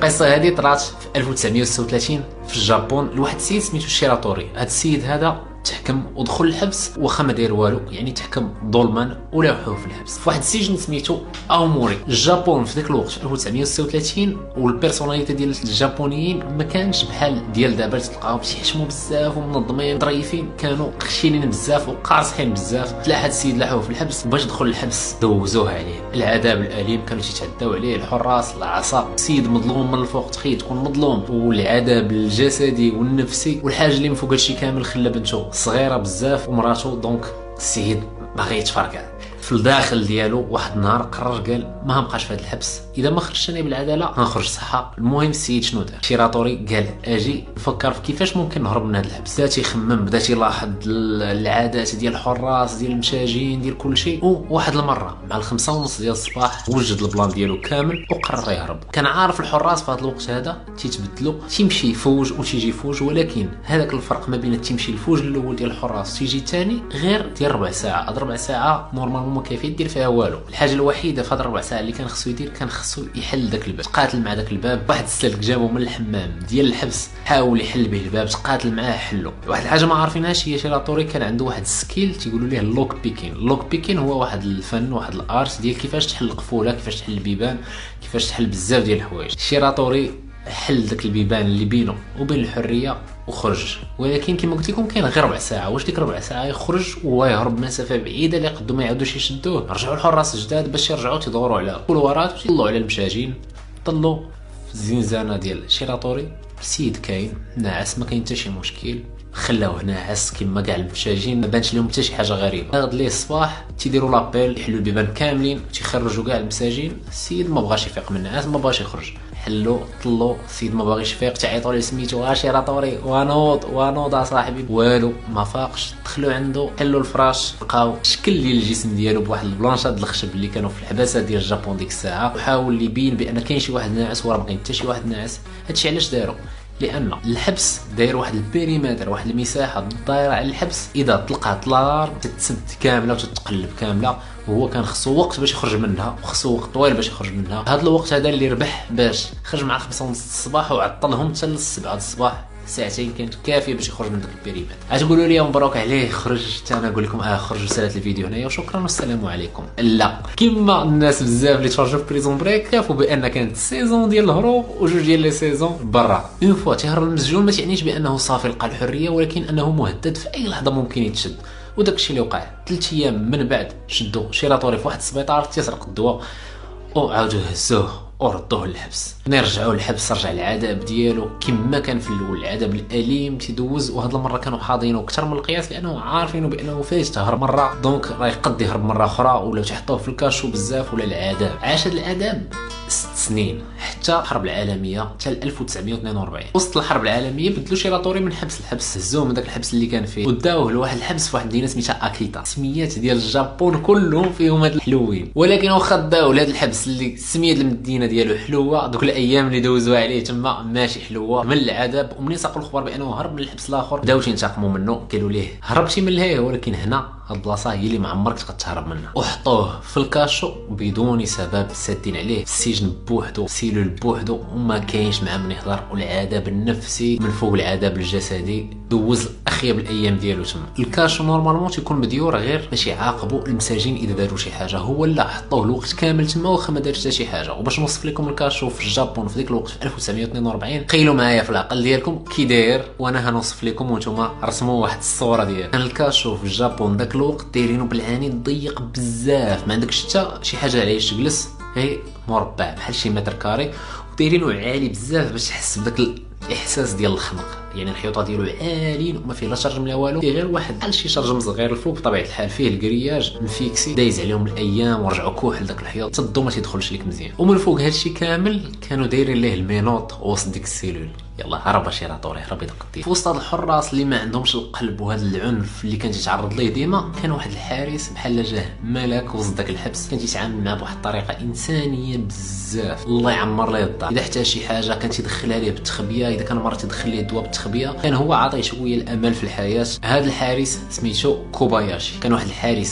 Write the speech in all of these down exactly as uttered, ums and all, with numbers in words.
القصه هذه طرات في ألف وتسعمائة وستة وثلاثين في الجابون لواحد السيد سميتو شيراتوري. هذا السيد هذا تحكم ودخل الحبس واخا ما داير والو، يعني تحكم ظلما ولاحوه في الحبس في واحد السجن سميتو اوموري. الجابون في ذاك الوقت في ألف وتسعمائة وستة وثلاثين والبيرسوناليتي ديال الجابونيين ما كانش بحال ديال دابا، تلقاهم تيحشموا بزاف ومنظمين ظريفين، كانوا خشينين بزاف وقاصحين بزاف. تلاح هاد السيد لاحوه في الحبس باش دخل الحبس دوزوه عليه العذاب الاليم، كانوا تيتعداو عليه الحراس العصا. سيد مظلوم من الفوق، تخيل تكون مظلوم، والعذاب الجسدي والنفسي. والحاجه اللي من فوق هادشي كامل خلى بنته صغيره بزاف ومراته، دونك السيد باغي يتفرقع في الداخل ديالو. واحد النهار قرر قال ما غنبقاش في هذا الحبس، اذا ما خرجتش انا بالعداله غنخرج صحه. المهم السيد شنو دار؟ شيراتوري قال اجي نفكر في كيفاش ممكن نهرب من هذا الحبس. بدا تيخمم، بدا تيلاحظ العادات ديال الحراس ديال المساجين ديال كل شيء. وواحد المره مع الخمسة ونص ديال الصباح وجد البلان ديالو كامل وقرر يهرب. كان عارف الحراس في هذا الوقت هذا تيتبدلوا، تيمشي يفوج وتيجي يفوج، ولكن هذاك الفرق ما بين تيمشي الفوج الاول ديال الحراس تيجي الثاني غير ديال ربع ساعه. هاد ربع ساعه نورمالمون ما كيفي يدير فيها والو. الحاجه الوحيده في هاد ربع ساعه اللي كان خصو يدير كان خصو يحل داك الباب، تقاتل مع داك الباب. واحد السلك جابو من الحمام ديال الحبس، حاول يحل به الباب، تقاتل معاه حلو. واحد الحاجه ما عارفينهاش هي شيراتوري كان عنده واحد السكيل تيقولوا ليه اللوك بيكين. اللوك بيكين هو واحد الفن، واحد الارت ديال كيفاش تحل القفوله، كيفاش تحل البيبان، كيفاش تحل بزاف ديال الحوايج. شيراتوري حل داك البيبان اللي بينه وبين الحريه وخرج، ولكن كما قلت لكم كاين غير ربع ساعه. واش ديك ربع ساعه يخرج ويهرب مسافه بعيده اللي قدو ما يعاودوش يشدوه؟ رجعوا الحراس جداد باش يرجعوا تيدوروا على الكولوارات ويطلعوا على المشاجين. طلوا في الزنزانه ديال شيراتوري السيد كاين ناعس، ما كاين حتى شي مشكل، خلاوه ناعس كما كاع المشاجين، ما بانش لهم حتى شي حاجه غريبه. غد ليه الصباح تيديروا لابيل، يحلوا البيبان كاملين تيخرجوا كاع المساجين. السيد ما بغاش يفيق من النعاس، ما بغاش يخرج. حلو طلو السيد ما باغيش يفيق، تعيطوا ليه سميتو ها شيراتوري ونوض ونوض صاحبي، والو ما فاقش. دخلوا عنده حلوا الفراش، لقاو الشكل ديال الجسم ديالو بواحد البلانشات د الخشب اللي كانوا في الحباسه ديال الجابون ديك الساعه، وحاول يبين بان كاين شي واحد ناعس وراه ما كاين حتى شي واحد ناعس. هادشي علاش داروا؟ لان الحبس داير واحد البيريمتر، واحد المساحه دايره على الحبس، اذا طلقات الالارم تتسد كامله وتتقلب كامله، وهو كان خصو وقت باش يخرج منها، وخصو وقت طويل باش يخرج منها. هذا الوقت هذا اللي ربح باش خرج مع خمسة ونص الصباح وعطلهم حتى للسبعة الصباح. ساعتين كانت كافيه باش يخرج من داك البيريمتر. غتقولوا لي مبروك عليه خرج، حتى انا نقول لكم اه خرج رساله الفيديو هنايا وشكرا والسلام عليكم. لا، كما الناس بزاف اللي تفرجوا في بريزون بريك كافوا بان كانت سيزون ديال الهروب وجوج ديال لي سيزون برا. اون فوا تيهرب المسجون ما تعنيش بانه صافي لقى الحريه، ولكن انه مهدد في اي لحظه ممكن يتشد. وداك الشيء اللي وقع ثلاث ايام من بعد شدوا شيراتوري في واحد السبيطار تيسرق الدواء وعاودوا هزوه وردوه للحبس. ملي رجعوا للحبس رجع العذاب ديالو كما كان في الاول، العذاب الاليم تيدوز. وهاد المره كانوا حاضينه اكثر من القياس لانه عارفينه بانه فايت تهرب مره، دونك راه يقد يهرب مره اخرى، ولا تحطوه في الكاشو بزاف ولا العذاب. عاش هاد العذاب ست سنين حتى الحرب العالميه، حتى ألف وتسعمائة واثنين وأربعين. وسط الحرب العالميه بدلوا شيراتوري من حبس لحبس، هزوه من داك الحبس اللي كان فيه وداوه لواحد الحبس في واحد المدينه سميتها اكيتا. سميات ديال الجابون كلهم فيهم هاد الحلوين، ولكن واخا داوه لهاد الحبس اللي سميت المدينه ديالو حلوه، دوك الايام اللي دوزوا عليه تما ماشي حلوه من العذاب. ومنين ساقوا الخبر بانه هرب من الحبس الاخر بداو تينتقموا منه، قالوا ليه هربتي من لهيه، ولكن هنا هاد البلاصه هي اللي ما عمرك تقدر تهرب منها. وحطوه في الكاشو بدون سبب، سادين عليه في السجن بوحدو، سيلول بوحدو، وما كاينش مع من يهضر. والعذاب النفسي من فوق العذاب الجسدي، دوز اخيب الايام ديالو تما. الكاشو نورمالمون تيكون مديور غير باش يعاقبوا المساجين اذا داروا شي حاجه، هو لا حطوه الوقت كامل تما واخا ما دارش حتى شي حاجه. وباش نوصف لكم الكاشو في الجابون في ديك الوقت في ألف وتسعمائة واثنين وأربعين، تخيلوا معايا في العقل ديالكم كي داير، وانا غنوصف لكم وانتم رسموا واحد الصوره ديال كان الكاشو في الجابون داك الوقت دايرينه بالعاني ضيق بزاف، ما عندكش حتى شي حاجه علاش تجلس، غير مربع بحال شي متر كاري، ودايرينه عالي بزاف باش تحس بداك الاحساس ديال الخنق. يعني الحيوطه ديالو عاليين وما فيه لا شرجم لا والو، فيه غير واحد بحال شي شرجم صغير الفوق بطبيعه الحال، فيه الكرياج مفيكسي دايز عليهم الايام ورجعوا كوحل داك الحيوط حتى الضو ما تيدخلش ليك مزيان. ومن فوق هادشي كامل كانوا دايرين ليه المينوط وسط ديك السيلول. يلا هرب شيراتوري، هرب يدق الدين. في وسط هاد الحراس اللي ما عندهمش القلب وهذا العنف اللي كان تيتعرض ليه ديما، كان واحد الحارس بحال جاه ملك وسط داك الحبس، كان تيتعامل معاه بواحد الطريقه انسانيه بزاف. الله يعمر ليه الدار، اذا احتاج شي حاجه كان تيدخلها ليه بالتخبيه، اذا كان مره تيدخل ليه الدواء بالتخبيه، كان هو عاطيه شويه الامل في الحياه. هذا الحارس سميتو كوباياشي، كان واحد الحارس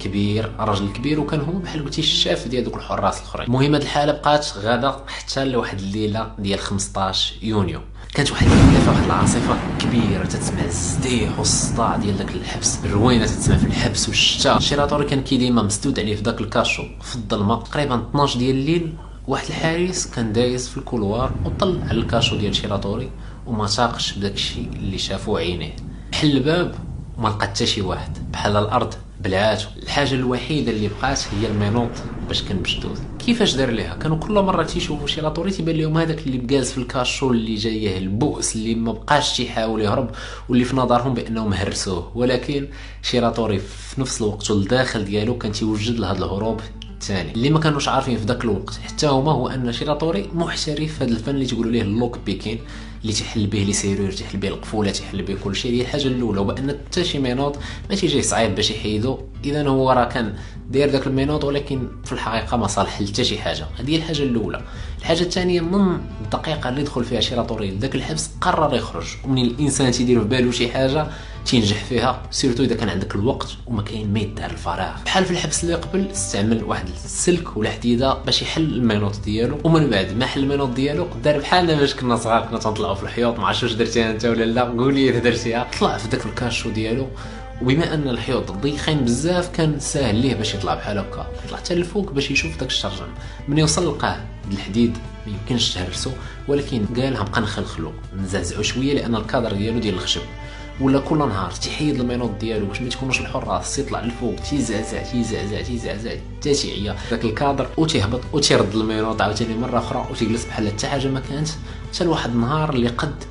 كبير، راجل كبير، وكان هو بحال قلتي الشاف ديال دوك الحراس الاخرين. المهم هاد الحاله بقات غاده حتى لواحد الليله ديال خمسطاش يونيو. كانت واحد الليله فيها واحد العاصفه كبيره، تتسمع الزديح والصداع ديال داك الحبس، الروينه تتسمع في الحبس والشتا. شيراتوري كان كي ديما مسدود عليه في داك الكاشو في الظلمه. تقريبا اثناش ديال الليل واحد الحارس كان دايز في الكولوار وطل على الكاشو ديال شيراتوري وما ساقش بداك الشيء اللي شافو عينيه. حل الباب وما لقى حتى شي واحد، بحال الارض بلعاتو. الحاجه الوحيده اللي بقات هي المينوط باش كان مشدود. كيفاش دار ليها؟ كانوا كل مره تيشوفوا شيراتوري تيبان لهم هذاك اللي جالس في الكاشو اللي جايه البؤس، اللي ما بقاش تيحاول يهرب، واللي في نظرهم بانهم هرسوه. ولكن شيراتوري في نفس الوقت والداخل ديالو كان تيوجد لهذا الهروب الثاني. اللي ما كانوش عارفين في ذاك الوقت حتى هما هو ان شيراتوري محترف في هذا الفن اللي تيقولوا ليه اللوك بيكين، اللي تيحل به لي سيرور، تيحل به القفوله، تيحل به كل شيء. هي الحاجه الاولى، وبان حتى شي مينوط ما تيجي صعيب باش يحيدو. اذا هو راه كان داير داك المينوط ولكن في الحقيقه ما صالح حتى شي حاجه. هذه هي الحاجه الاولى. الحاجه الثانيه، من الدقيقه اللي دخل فيها شيراتوري لذاك الحبس قرر يخرج. ومن الانسان تيدير في بالو شي حاجه تينجح فيها، سيرتو اذا كان عندك الوقت وما كاين ما يدار الفراغ. بحال في الحبس اللي قبل استعمل واحد السلك ولا حديده باش يحل المينوط ديالو، ومن بعد ما حل المينوط ديالو دار بحالنا باش كنا صغار كنا تنطلعوا في الحيوط. ما عرفتش واش درتيها انت ولا لا، قول لي اذا درتيها. طلع في داك الكاشو ديالو، وبما ان الحيوط ضيقين بزاف كان ساهل ليه باش يطلع بحال هكا، يطلع حتى للفوق باش يشوف داك الشرجم. من يوصل لقاه الحديد ما يمكنش تهرسو، ولكن قال غنبقى نخلخلو نزعزعو شويه لان الكادر ديالو ديال الخشب. ولا كل نهار تيحيد المينوط ديالو باش ما تكونوش الحراس، تيطلع للفوق تيزعزع تيزعزع تيزعزع حتى تيعيا داك الكادر وتيهبط وتيرد المينوط عاوتاني مره اخرى وتيجلس بحال حتى حاجه ما كانت، حتى لواحد النهار اللي قد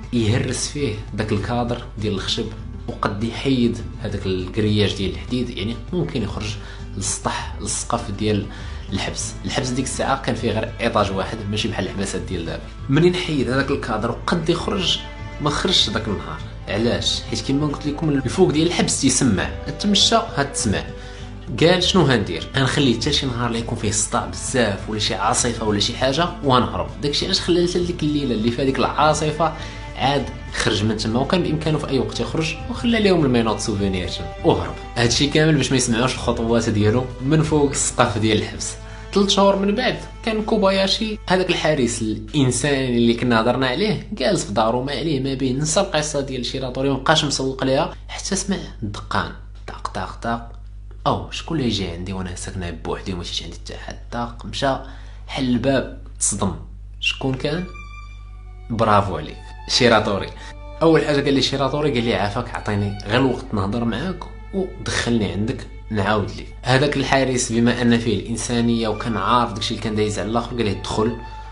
يهرس فيه داك الكادر ديال الخشب وقد يحيد هذاك الكرياج ديال الحديد. يعني ممكن يخرج للسطح للسقف ديال الحبس. الحبس ديك الساعه كان فيه غير ايطاج واحد، ماشي بحال الحباسات ديال دابا. منين حيد هذاك الكادر وقد يخرج، ما خرجش داك النهار. علاش؟ حيت كما قلت لكم الفوق ديال الحبس تيسمع، تمشى هتسمع. قال شنو هندير؟ غنخلي حتى شي نهار اللي يكون فيه صداع بزاف ولا شي عاصفه ولا شي حاجه وغنهرب. داكشي علاش خلى حتى ديك الليله اللي فيها ديك العاصفه عاد خرج من تما، وكان بامكانه في اي وقت يخرج وخلى لهم المينوط سوفينير وهرب. هادشي كامل باش ما يسمعوش الخطوات ديالو من فوق السقف ديال الحبس. ثلاث شهور من بعد كان كوباياشي هذاك الحارس الانساني اللي كنا هضرنا عليه جالس في دارو ما عليه ما بين، نسى القصه ديال شيراتوري ومبقاش مسوق ليها حتى سمع الدقان طاق طاق طاق. او شكون اللي يجي عندي وانا ساكنه بوحدي وما مشيتش عندي حتى حد؟ طاق مشى حل الباب تصدم. شكون كان؟ برافو عليك شيراتوري. اول حاجه قال لي شيراتوري، قال لي عافاك عطيني غير الوقت نهضر معاك ودخلني عندك نعاود لي. هذاك الحارس بما ان فيه الانسانيه وكان عارف داكشي اللي كان دايز على الاخر، قال لي دخل.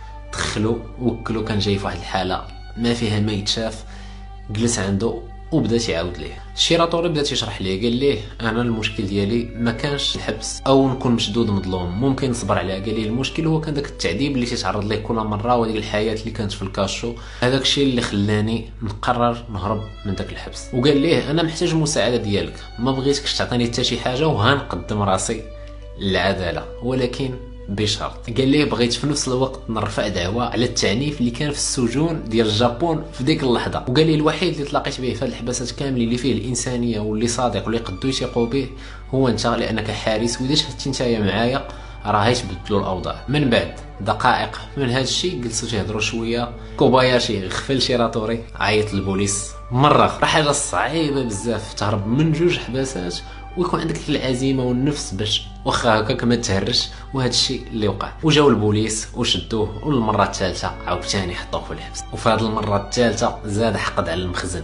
دخلو وكلو، كان جاي في واحد الحاله ما فيها ما يتشاف. جلس عنده وبدا تيعاود ليه. الشيراتوري بدا تيشرح ليه، قال ليه انا المشكل ديالي ما كانش الحبس او نكون مشدود مظلوم، ممكن نصبر عليها. قال لي المشكل هو كان داك التعذيب اللي تيتعرض ليه كل مره وديك الحياه اللي كانت في الكاشو، هذاك الشيء اللي خلاني نقرر نهرب من داك الحبس. وقال ليه انا محتاج المساعده ديالك، ما بغيتكش تعطيني حتى شي حاجه وهنقدم راسي للعداله، ولكن بشرط. قال ليه بغيت في نفس الوقت نرفع دعوه على التعنيف اللي كان في السجون ديال الجابون في ديك اللحظه. وقال لي الوحيد اللي تلاقيت به في هذه الحباسات كامل اللي فيه الانسانيه واللي صادق واللي قدو يثيقوا به هو انت، لانك حارس، واذا شفتي نتايا معايا راه تبدلوا الاوضاع. من بعد دقائق من هذا الشيء جلسوا تيهضروا شويه، كوباياشي غفل شيراتوري عيط للبوليس مره اخرى. حاجه صعيبه بزاف تهرب من جوج حباسات ويكون عندك العزيمه والنفس باش واخا هكاك ما تهرش. وهذا الشيء اللي وقع. وجاو البوليس وشدوه، والمره الثالثه عاوتاني حطوه في الحبس. وفي هذه المره الثالثه زاد حقد على المخزن،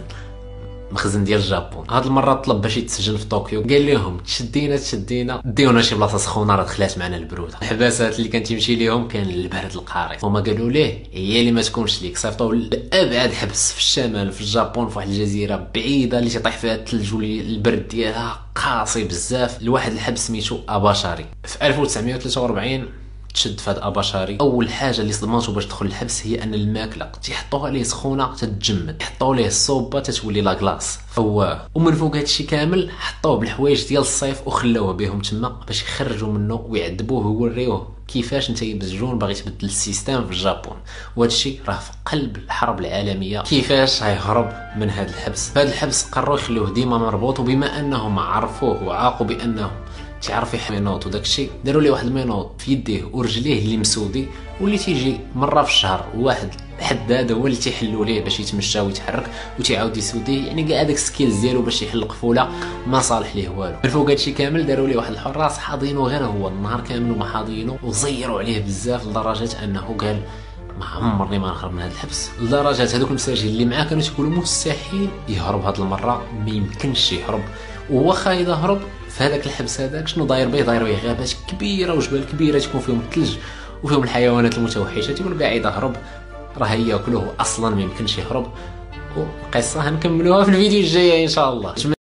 مخزن ديال الجابون. هاد المره طلب باش يتسجن في طوكيو. قال لهم تشدينا تشدينا ديونا شي بلاصه سخونه راه دخلات معنا البروده. الحباسات اللي كان تيمشي ليهم كان البرد القارص. هما قالوا ليه هي اللي ما تكونش ليك، صيفطوه لابعد حبس في الشمال في الجابون، في واحد الجزيره بعيده اللي تيطيح فيها الثلج والبرد ديالها قاسي بزاف، لواحد الحبس سميتو اباشاري. في ألف وتسعمائة وثلاثة وأربعين تشد في هذا اباشاري. اول حاجه اللي صدماتو باش دخل الحبس هي ان الماكله تيحطوها ليه سخونه تتجمد، يحطوا ليه الصوبه تتولي لا كلاص هو. ومن فوق هادشي كامل حطوه بالحوايج ديال الصيف وخلاوه بهم تما باش يخرجوا منه ويعذبوه ويوريوه كيفاش انت بزجون باغي تبدل السيستم في الجابون. وهادشي راه في قلب الحرب العالميه. كيفاش غيهرب من هذا الحبس؟ هذا الحبس قرروا يخلوه ديما مربوط، وبما انهم عرفوه وعاقوا بانه تعرف يحمينوط وداك الشيء. داروا ليه واحد المينوط في يديه ورجليه اللي مسودي، واللي تيجي مره في الشهر واحد حد هذا هو اللي تيحلوا ليه باش يتمشى ويتحرك وتيعاود يسوديه. يعني كاع هذاك السكيلز ديالو باش يحل القفوله ما صالح ليه والو. من فوق هادشي كامل داروا ليه واحد الحراس حاضينو غير هو النهار كامل وما حاضينو، وزيروا عليه بزاف لدرجه انه قال ما عمرني ما نخرج من هذا الحبس. لدرجه هذوك المساجين اللي معاه كانوا تيقولوا مستحيل يهرب هاد المره، ما يمكنش يهرب. وواخا اذا هرب في هذاك الحبس هذاك شنو داير به؟ داير به غابات كبيره وجبال كبيره تكون فيهم الثلج وفيهم الحيوانات المتوحشه. تيقول كاع اذا هرب راه ياكلوه اصلا، ما يمكنش يهرب. والقصه هنكملوها في الفيديو الجاي ان شاء الله.